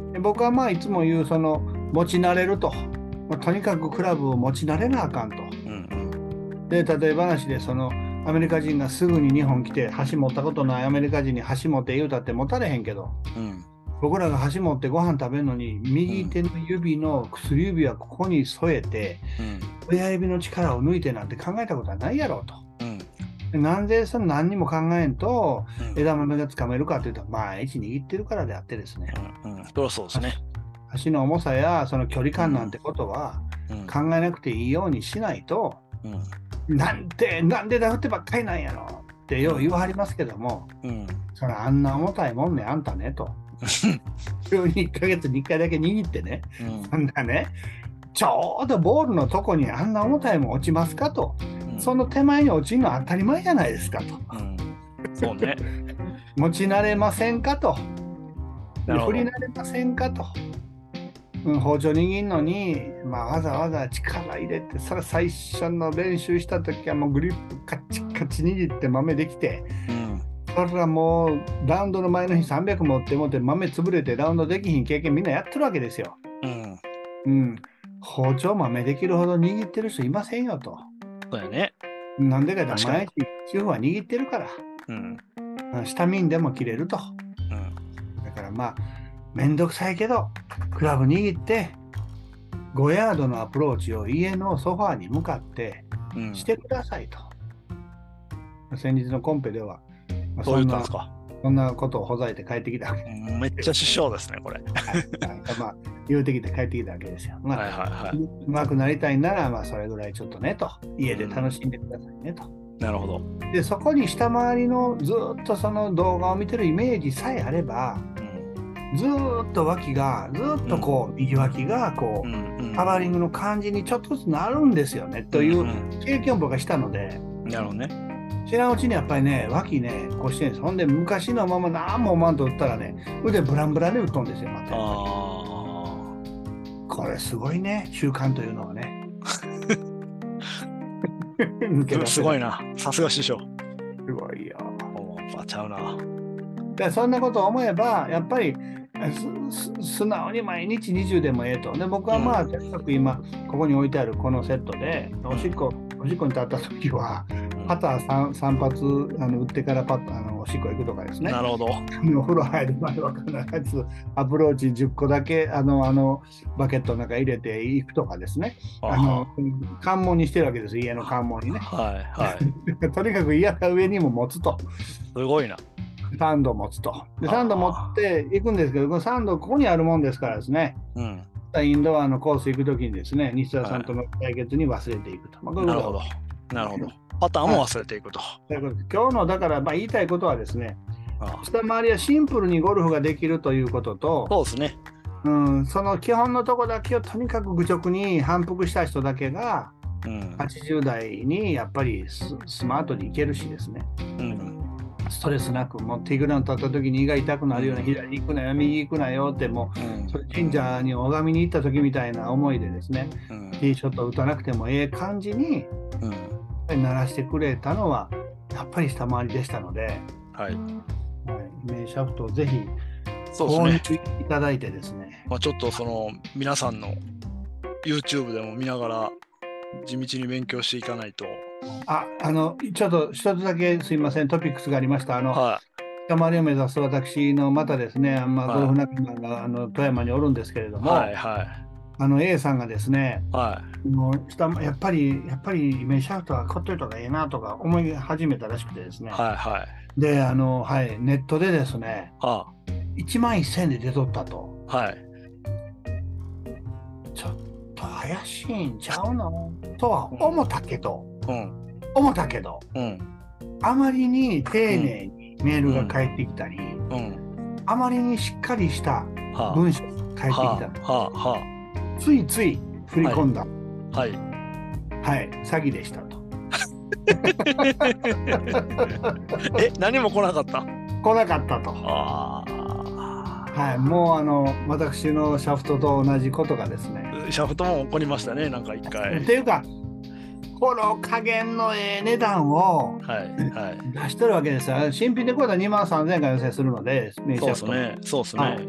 で僕はまあいつも言うその持ち慣れると、まあ、とにかくクラブを持ち慣れなあかんと、うんうん、で例え話でそのアメリカ人がすぐに日本来て箸持ったことないアメリカ人に箸持って言うたって持たれへんけど、うん、僕らが箸持ってご飯食べるのに右手の指の薬指はここに添えて、うん、親指の力を抜いてなんて考えたことはないやろうと、うん、なんでその何にも考えんと枝豆がつかめるかというと、毎日握ってるからであってですね、 うんうん、そうそうですね。 足の重さやその距離感なんてことは考えなくていいようにしないと、うん、なんでなんでダフってばっかりなんやろってよう言わはりますけども、うん、それあんな重たいもんねあんたねと週にいっかげつにいっかいだけ握ってね、うん、そんなねちょうどボールのとこにあんな重たいもん落ちますかと、うん、その手前に落ちるのは当たり前じゃないですかと、うん、そうね持ち慣れませんかと、振り慣れませんかと、うん、包丁握るのに、まあ、わざわざ力入れて、それ最初の練習した時はもうグリップカチカチ握って豆できて、うん、それはもうラウンドの前の日さんびゃく持って持って豆潰れてラウンドできひん経験みんなやってるわけですよ。うんうん、包丁豆できるほど握ってる人いませんよと。 そうやね。 なんでかって毎日主婦は握ってるから、うん、下見んでも切れると、うん、だからまあめんどくさいけどクラブ握ってごヤードのアプローチを家のソファーに向かってしてくださいと、うん、先日のコンペでは、 まあ、そんなそんなことをほざいて帰ってきたわけです。 めっちゃ師匠ですねこれ、はいまあ、言うてきて帰ってきたわけですよ。まあ、はいはいはい、うまくなりたいなら、まあ、それぐらいちょっとねと、家で楽しんでくださいねと、 うん、なるほど。 でそこに下回りのずっとその動画を見てるイメージさえあれば、うん、ずっと脇がずっとこう、うん、右脇がこう、うんうん、カバーリングの感じにちょっとずつなるんですよね、うん、という経験を僕はしたので、 なるほどね。 知らんうちにやっぱりね、脇ね、こうしてるんです。ほんで、昔のまま何も思わんと打ったらね、腕ブランブランで打っとんですよ、また。 あこれすごいね、習慣というのはね。抜け出せないあ、すごいな。さすが師匠。 すごいよ。 おばちゃうな。 でそんなことを思えば、やっぱりすす素直に毎日にじゅうでもええと。で、僕はまあ、とにかく今、ここに置いてあるこのセットで、おしっこ、おしっこに立った時は、パター 3, 3発あの打ってからパッあのおしっこ行くとかですね。 なるほど。 お風呂入る前は必ずアプローチじゅっこだけあのあのバケットの中入れていくとかですね。あの関門にしてるわけです、家の関門にね。 はいはい。 とにかく家が上にも持つと。 すごいな。 さんど持つと。で、さんど持っていくんですけど、このさんどここにあるもんですからですね。 うん。 インドアのコース行くときにですね、西田さんとの対決に忘れていくと。まあ、これなるほど。なるほど。パターンも忘れていくと。 ということで今日のだからまあ言いたいことはですね、下回りはシンプルにゴルフができるということと、 そうですね。 うん、その基本のとこだけをとにかく愚直に反復した人だけが、うん、はちじゅう代にやっぱり ス, スマートにいけるしですね、うん、ストレスなく、もうティーグラウンド立った時に胃が痛くなるような、うん、左行くなよ、右行くなよってもう、うん、それ神社に拝みに行った時みたいな思いでですね、うん、ティーショット打たなくてもええ感じに、うん鳴らしてくれたのはやっぱり下回りでしたので、はい、イメージシャフトをぜひ購入いただいてですね、 まあ、ちょっとその皆さんの YouTube でも見ながら地道に勉強していかないと。 あ、あのちょっと一つだけすいません、トピックスがありました。あの、はい、下回りを目指す私のまたですね、まあ、ゴルフ仲間があの富山におるんですけれども、はいはい、あの A さんがですね、はい、もう下やっぱりやっぱりイメージシャフトは買っといた方がええなとか思い始めたらしくてですね、はいはい、であの、はい、ネットでですね、はあ、いちまんせんえんで出とったと、はい、ちょっと怪しいんちゃうのとは思ったけど、うん、思ったけど、うん、あまりに丁寧にメールが返ってきたり、うんうん、あまりにしっかりした文章が返ってきたり、はあはあはあ、ついつい振り込んだ。はい。はい、詐欺でしたと。 え、何も来なかった？ 来なかったと。ああ。はい、もうあの私のシャフトと同じことがですね。 シャフトも起こりましたね、なんか一回。 っていうか、この加減のええ値段を、はいはい、出してるわけですよ。新品でこれだにまんさんぜんえんから予選するので、 そうですね。そうですね。はい、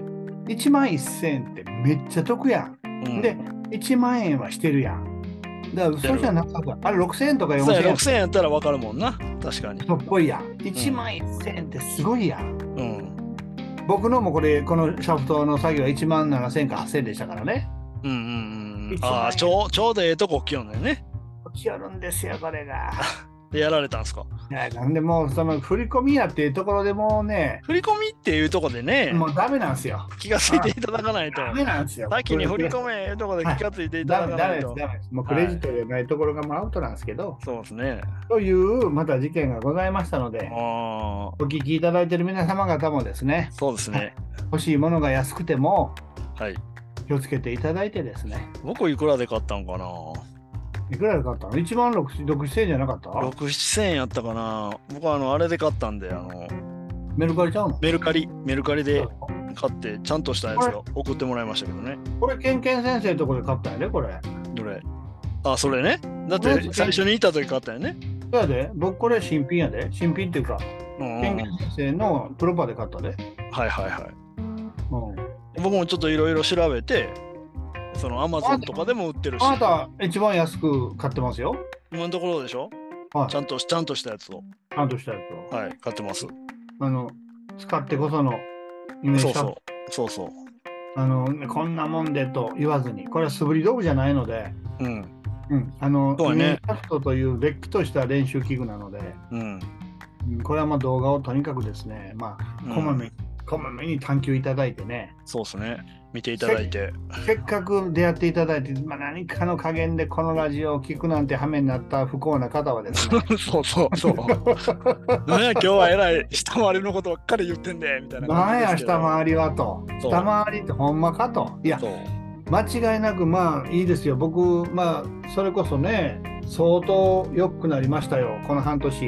いちまんせんえんってめっちゃ得やん。うん、で、いちまんえんはしてるやん。だからそうじゃなかった。あれろくせんえんとかよんせんえん。 ろくせんえんやったら分かるもんな。確かに。 そうっぽいやん。いちまんせんえんってすごいやん。うん。僕のもこれ、このシャフトの作業はいちまんななせんえんかはっせんえんでしたからね。 うんうんうん。ああ、ちょう、ちょうどええとこ来よんだよね。 来よるんですよ、これが。 でやられたんですか？ いや、なんでもうその振り込みやっていうところでもうね、 振り込みっていうところでね、 もうダメなんですよ。 気がついていただかないと。 ダメなんですよ。 先に振り込めいうところで気がついていただかないと。 ダメです、ダメです。もうクレジットでないところがもうアウトなんですけど、 そうですね。 というまた事件がございましたので、お聞きいただいている皆様方もですね、 そうですね。 欲しいものが安くても、 はい、 気をつけていただいてですね。 僕いくらで買ったんかな？ いくらで買ったの？いちまんろくせんえんじゃなかった？ ろく、ななせんえんやったかな。僕はあのあれで買ったんで、あのメルカリちゃうの？ メルカリ、メルカリで買ってちゃんとしたやつを送ってもらいましたけどね。 これケンケン先生のとこで買ったんやね、これ。 どれ？あ、それね。だって最初に行った時買ったよね。 そうやで、僕これ新品やで。新品っていうか、うんうん、ケンケン先生のプロパで買ったで。 はいはいはい。うん、僕もちょっといろいろ調べて、そのアマゾンとかでも売ってるし。 あなた一番安く買ってますよ。 今のところでしょ、はい、ちゃんとちゃんとしたやつを。 ちゃんとしたやつを。はい、買ってます。 あの使ってこそのイメージ。 そうそう。そうそう。 あのこんなもんでと言わずに、これは素振り道具じゃないので、うん、うん、あの、ね、イメージシャフトというれっきとした練習器具なので、うん、これはまあ動画をとにかくですね、まあこまめに、うんこまめに探求いただいてね。 そうですね。見ていただいて。 せっかく出会っていただいて、まあ、何かの加減でこのラジオを聞くなんて羽目になった不幸な方はですね。 そうそうそう。なんや今日はえらい下回りのことばっかり言ってんでみたいな感じですけど。なんや下回りはと。下回りってほんまかと。いや、間違いなくまあいいですよ。僕、まあそれこそね、相当良くなりましたよ。この半年。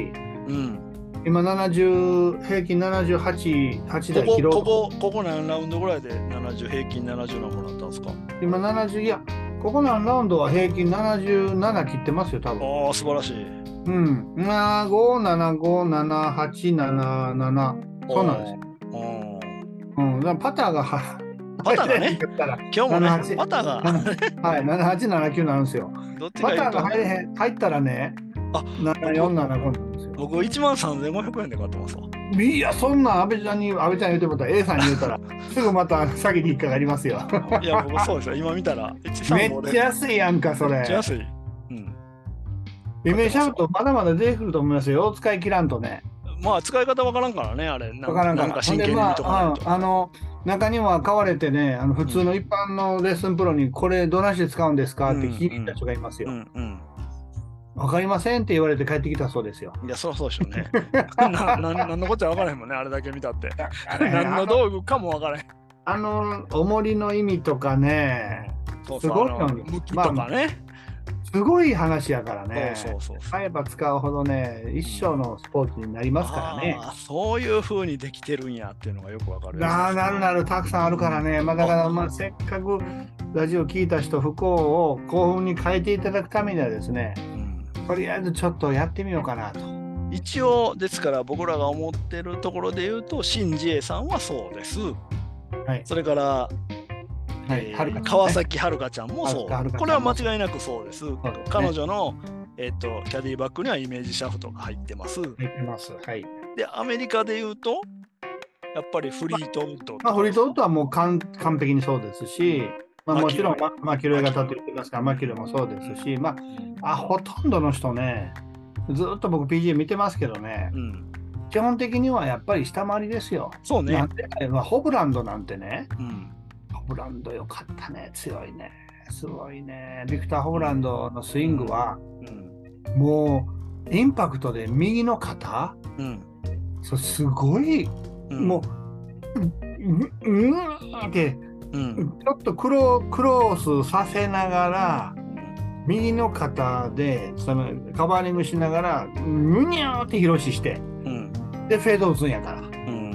うん。 今ななじゅう、平均ななじゅうはち、はちここ、 台切ろう。 ここ、ここ何ラウンドぐらいでななじゅう、平均ななじゅう何本だったんですか？ 今ななじゅう、いや、ここのラウンドは平均ななじゅうなな切ってますよ、多分。 ああ、素晴らしい。 うん。まあ、ご、なな、ご、なな、はち、なな、なな。そうなんですよ。 あうん。だからパターがは、 パターがね入れへんかったら、 今日もね、 ななはちパターが、 はい、ななはち、ななきゅうなんですよ。 どっちパターか言うと、 が入れへん、入ったらね、 あ、 ななよん、ななごなんですよ。 僕いちまんさんぜんごひゃくえんで買ってますわ。 いや、そんなん安倍ちゃんに、安倍ちゃん言うてもらったら、A さんに言うたら、すぐまた詐欺に引っかかりますよ。 いや、僕そうですよ。今見たら、いちさんごで。 めっちゃ安いやんか、それ。 めっちゃ安い。うん。 イメージシャフトまだまだ出てくると思いますよ。使い切らんとね。 まあ、使い方わからんからね、あれ。なんわからんから。 なんか真剣に見とかないと。 まあ、あの、中には買われてね、あの普通の一般のレッスンプロに、これどなしで使うんですかって聞きに行った人がいますよ。 うんうんわかりませんって言われて帰ってきたそうですよ。 いや、そりゃそうでしょうね。なななんのこっちゃ分からへんもんね、あれだけ見たって。何の道具かも分からへん。 あの、重りの意味とかね、 そうすごいの向きとかね、 まあ。すごい話やからね。 そうそうそうそう。 使えば使うほどね、一生のスポーツになりますからね。 ああ、そういう風にできてるんやっていうのがよくわかる、ね。 ななるなる、たくさんあるからね。まあ、だから、まあ、せっかくラジオ聞いた人、不幸を幸運に変えていただくためにはですね、うん、とりあえずちょっとやってみようかなと。 一応、ですから僕らが思ってるところで言うと、新次栄さんはそうです。はい、それから、はいえーね、川崎春香ちゃんもそう。これは間違いなくそうです。そうですね、彼女の、えーと、キャディバッグにはイメージシャフトが入ってます。入ってます。はい。 で、アメリカで言うと、やっぱりフリートウッド。 まあ、フリートウッドはもう完完璧にそうですし、まあ、もちろんママキロイ型と言ってますから、マキロイもそうですし、まあ、あほとんどの人ね、ずっと僕 ピージーエー 見てますけどね、うん、基本的にはやっぱり下回りですよ。 そうね。 なんで、まあ、ホブランドなんてね、うん、ホブランドよかったね、強いね、すごいね。ビクター・ホブランドのスイングは、うん、もうインパクトで右の肩、うん、そうすごい、うん、もう、うんうんって、うん、ちょっとクロ、クロースさせながら、右の肩でそのカバーリングしながら、むにゃーって広しして、うん、で、フェード打つんやから、うん、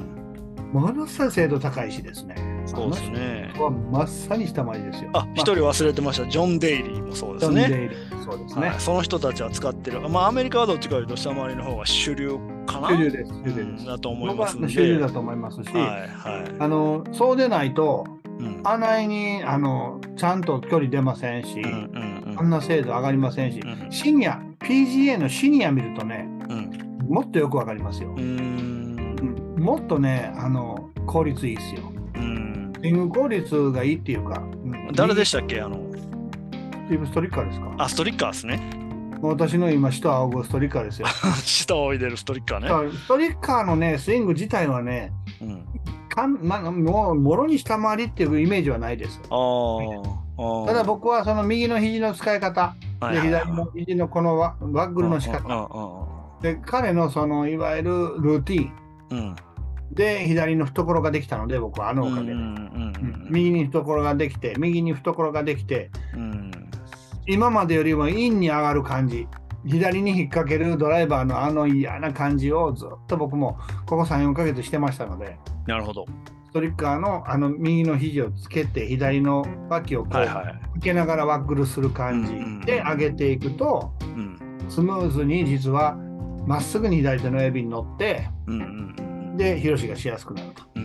ものすごい精度高いしですね。 そうですね。 はまさに下回りですよ。 あ、一、まあ、人忘れてました。ジョン・デイリーもそうですね。 ジョン・デイリーそうですね、はい。 その人たちは使ってる。まあ、アメリカはどっちかというと下回りの方が主流かな。 主流です。主流です。 うん、だと思いますので。 主流だと思いますし、はいはい、あのそうでないと、うん、あないにあのちゃんと距離出ませんし、うんうんうん、あんな精度上がりませんし、うんうん、シニア、ピージーエー のシニア見るとね、うん、もっとよくわかりますよ。うん、もっとね、あの効率いいですよ。スイング効率がいいっていうか、 うん、誰でしたっけ、あのスティーブ・ストリッカーですか。 あ、ストリッカーですね。 私の今、首都仰ぐストリッカーですよ。 首都仰いでるストリッカーね。ストリッカーのね、スイング自体はね、うん、かんま、もう、もろに下回りっていうイメージはないです。あただ僕はその右の肘の使い方、で左の肘のこのワッグルの仕方、で彼のそのいわゆるルーティーン、うんで左の懐ができたので、僕はあのおかげで、右に懐ができて、右に懐ができて、うん、今までよりもインに上がる感じ、左に引っ掛けるドライバーのあの嫌な感じをずっと僕もここさん、よんかげつしてましたので、 なるほど。 ストリッカーのあの右の肘をつけて、左の脇をこう、はいはい、受けながらワッグルする感じで上げていくと、うん、スムーズに実はまっすぐに左手の指に乗って、うんうんで、広しがしやすくなると。うんうんうん、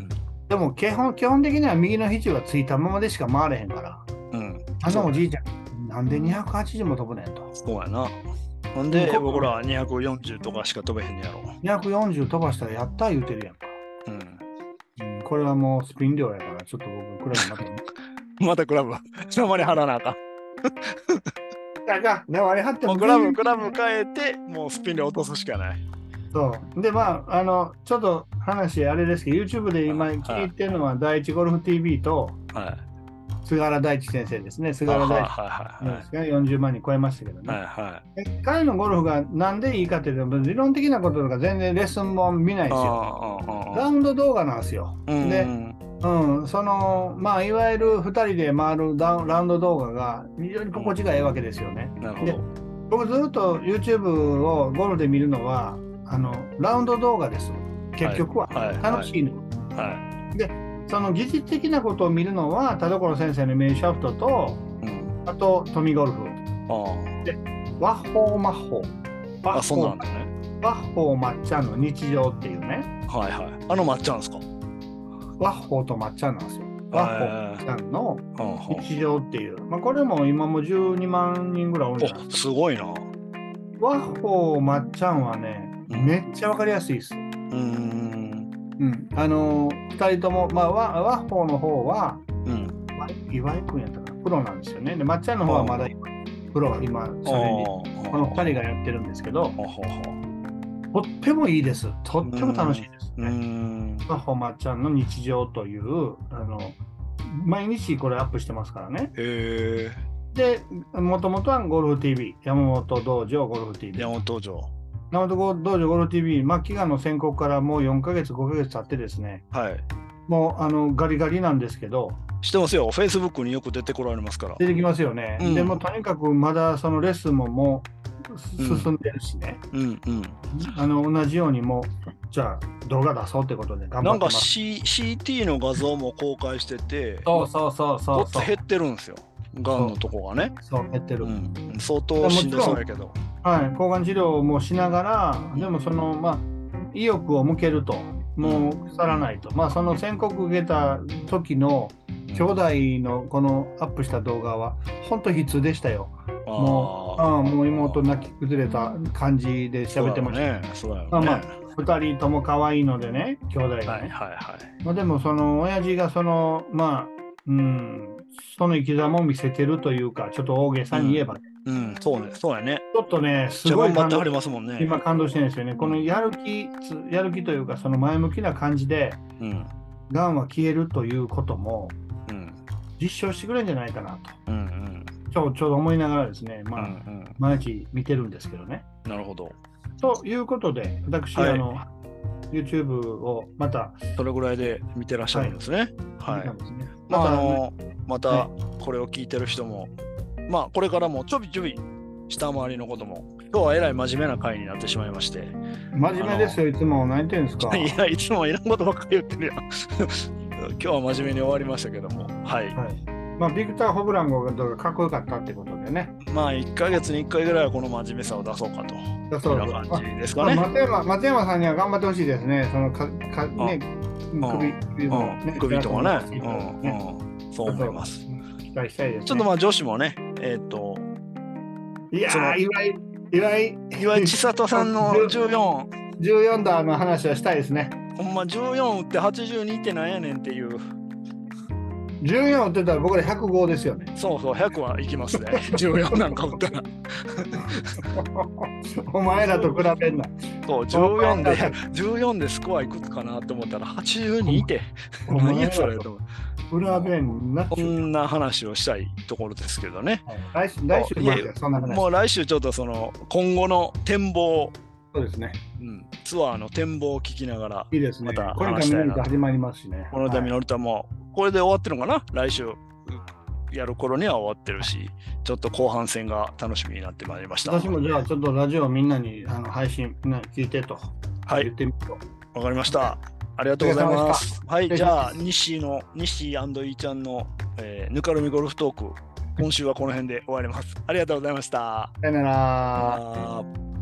でも基本、基本的には右の肘はついたままでしか回れへんから、うん、あのおじいちゃん、なんでにひゃくはちじゅうも飛ぶねんと。 そうやな。なんで僕らはにひゃくよんじゅうとかしか飛べへんやろ。 にひゃくよんじゅう飛ばしたらやった言うてるやんか。うんうん、これはもうスピン量やから、ちょっと僕、クラブまた。 またクラブ、下まで張らなあかん。 だから、ね、あれ張ってもうクラブ、クラブ変えて、もうスピン量落とすしかない。 そうで、まあ、あのちょっと話あれですけど、YouTube で今聞いてるのは、第一ゴルフ ティービー と、はい、菅原大地先生ですね。菅原大地ですがよんじゅうまんにん超えましたけどね。はいはい、彼のゴルフがなんでいいかというと、理論的なこととか全然レッスンも見ないですよ。ラウンド動画なんですよ。で、うん、その、まあ、いわゆるふたりで回るラウンド動画が非常に心地がいいわけですよね。で、僕ずっと YouTube をゴルフで見るのは、 あのラウンド動画です。結局は、 はいはい楽しいの。 はで、その技術的なことを見るのは田所先生の名シャフトと、 い。うん。 あとトミーゴルフ。 あで、ワッホーマッホー。 あ。あ、 ワッホーそうなんだね。 ワッホーまっちゃんの日常っていうね。 はいはい。あのまっちゃんですか。 ワッホーとまっちゃんなんですよ。ワッホーまっちゃんのうんうん。 日常っていう。まあ、これも今もじゅうにまんにんぐらいおるんじゃないでお、 すすごいな。 か。ワッホーまっちゃんはね、 うんめっちゃわかりやすいです。 うーん。 うん。あのー、ふたりとも、まあ、ワワッホーの方は、 うん。 岩井君やったかな、プロなんですよね。で、まっちゃんの方はまだプロが今、チャレンジ、このふたりがやってるんですけど、 ほうほうほう。 とってもいいです。とっても楽しいですうーね。 ん。 ワッホーまっちゃんの日常という、あの、毎日これアップしてますからね。 へえ。 で、もともとはゴルフ ティーブイ、山本道場ゴルフ ティーブイ。 山本城。 山本道場ゴルフ ティーブイ、末期がんの宣告からもうよんかげつ、ごかげつ経ってですね、 はい。 もうあのガリガリなんですけど、 知ってますよ。フェイスブックによく出てこられますから。 出てきますよね。 うんでもとにかくまだそのレッスンももううん進んでるしね、 うんうん。 あの同じようにもう、じゃあ動画出そうってことで頑張なんか、 ってます。 C、シーティー の画像も公開してて、 そうそうそうそうそう。 ごっつ減ってるんですよ。がんのとこがね。 そう減ってる。 うん。相当しんどそうやけど。 はい、抗がん治療もしながら、でもその、まあ、意欲を向けると、もう腐らないと、まあ、その宣告受けた時の兄弟のこのアップした動画は、本当悲痛でしたよ。もう、ああもう妹泣き崩れた感じで喋ってました。 ね。そうだよね。 まあまあ、ふたりとも可愛いのでね、兄弟が、ね。 はいはいはい。 まあ、でも、その親父がその、まあ、うん、その生き様を見せてるというか、ちょっと大げさに言えば、ね、 うん、うん、そうね、そうやね。 ちょっとね、すごい頑張ってはりますもんね。 今感動してるんですよね。このやる気、やる気というか、その前向きな感じで、 うん、 がんは消えるということも、 うん、 実証してくれるんじゃないかなと、 うんうん、 ちょちょうど思いながらですね、まあ、 うんうん、 毎日見てるんですけどね。 なるほど。 ということで、私、はい、あの、YouTube をまた。 それぐらいで見てらっしゃるんですね。はい。はい、 また、あの、またこれを聞いてる人も、はい、まあ、これからもちょびちょび下回りのことも、今日はえらい真面目な回になってしまいまして。 真面目ですよ、いつも。何言ってんですか。 いや、いつもいらんことばっかり言ってるやん。今日は真面目に終わりましたけども。はい。はい、 まあ、ビクター・ホブランゴがかっこよかったってことでね。 まあ、いっかげつにいっかいぐらいはこの真面目さを出そうかと。そういう感じですかね。 松山、松山さんには頑張ってほしいですね。そのかかね、首、 首も、ね、首とかね。うんうん、そう思います。 期待したいです、ね。 ちょっとまあ女子もね、えっ、ー、と、 いやー、岩井、岩井、 岩井千里さんのじゅうよん。 じゅうよん打の話はしたいですね。 ほんまじゅうよん打ってはちじゅうにってなんやねんっていう。 じゅうよん打ってたら僕らひゃくごですよね。 そうそう、ひゃくはいきますね。じゅうよんなんか打ったら。 お前らと比べんな。 そう、じゅうよんで、じゅうよんでスコアいくつかなと思ったらはちじゅうにいて。何やそれと。 比べんな。 こんな話をしたいところですけどね。 はい、来週、来週までそんな話。 もう来週ちょっとその今後の展望。 そうですね。 うん、ツアーの展望を聞きながら、 いいですね。 またこれからミノルタ始まりますしね。 このためのルタも、これで終わってるのかな、来週やる頃には終わってるし、ちょっと後半戦が楽しみになってまいりました。 私もじゃあちょっとラジオみんなにあの配信みんなに聞いてと言ってみると。 はい、わかりました。ありがとうございます。はい、じゃあ西の西&イーちゃんの、えー、ぬかるみゴルフトーク、今週はこの辺で終わります。ありがとうございました。 さよなら。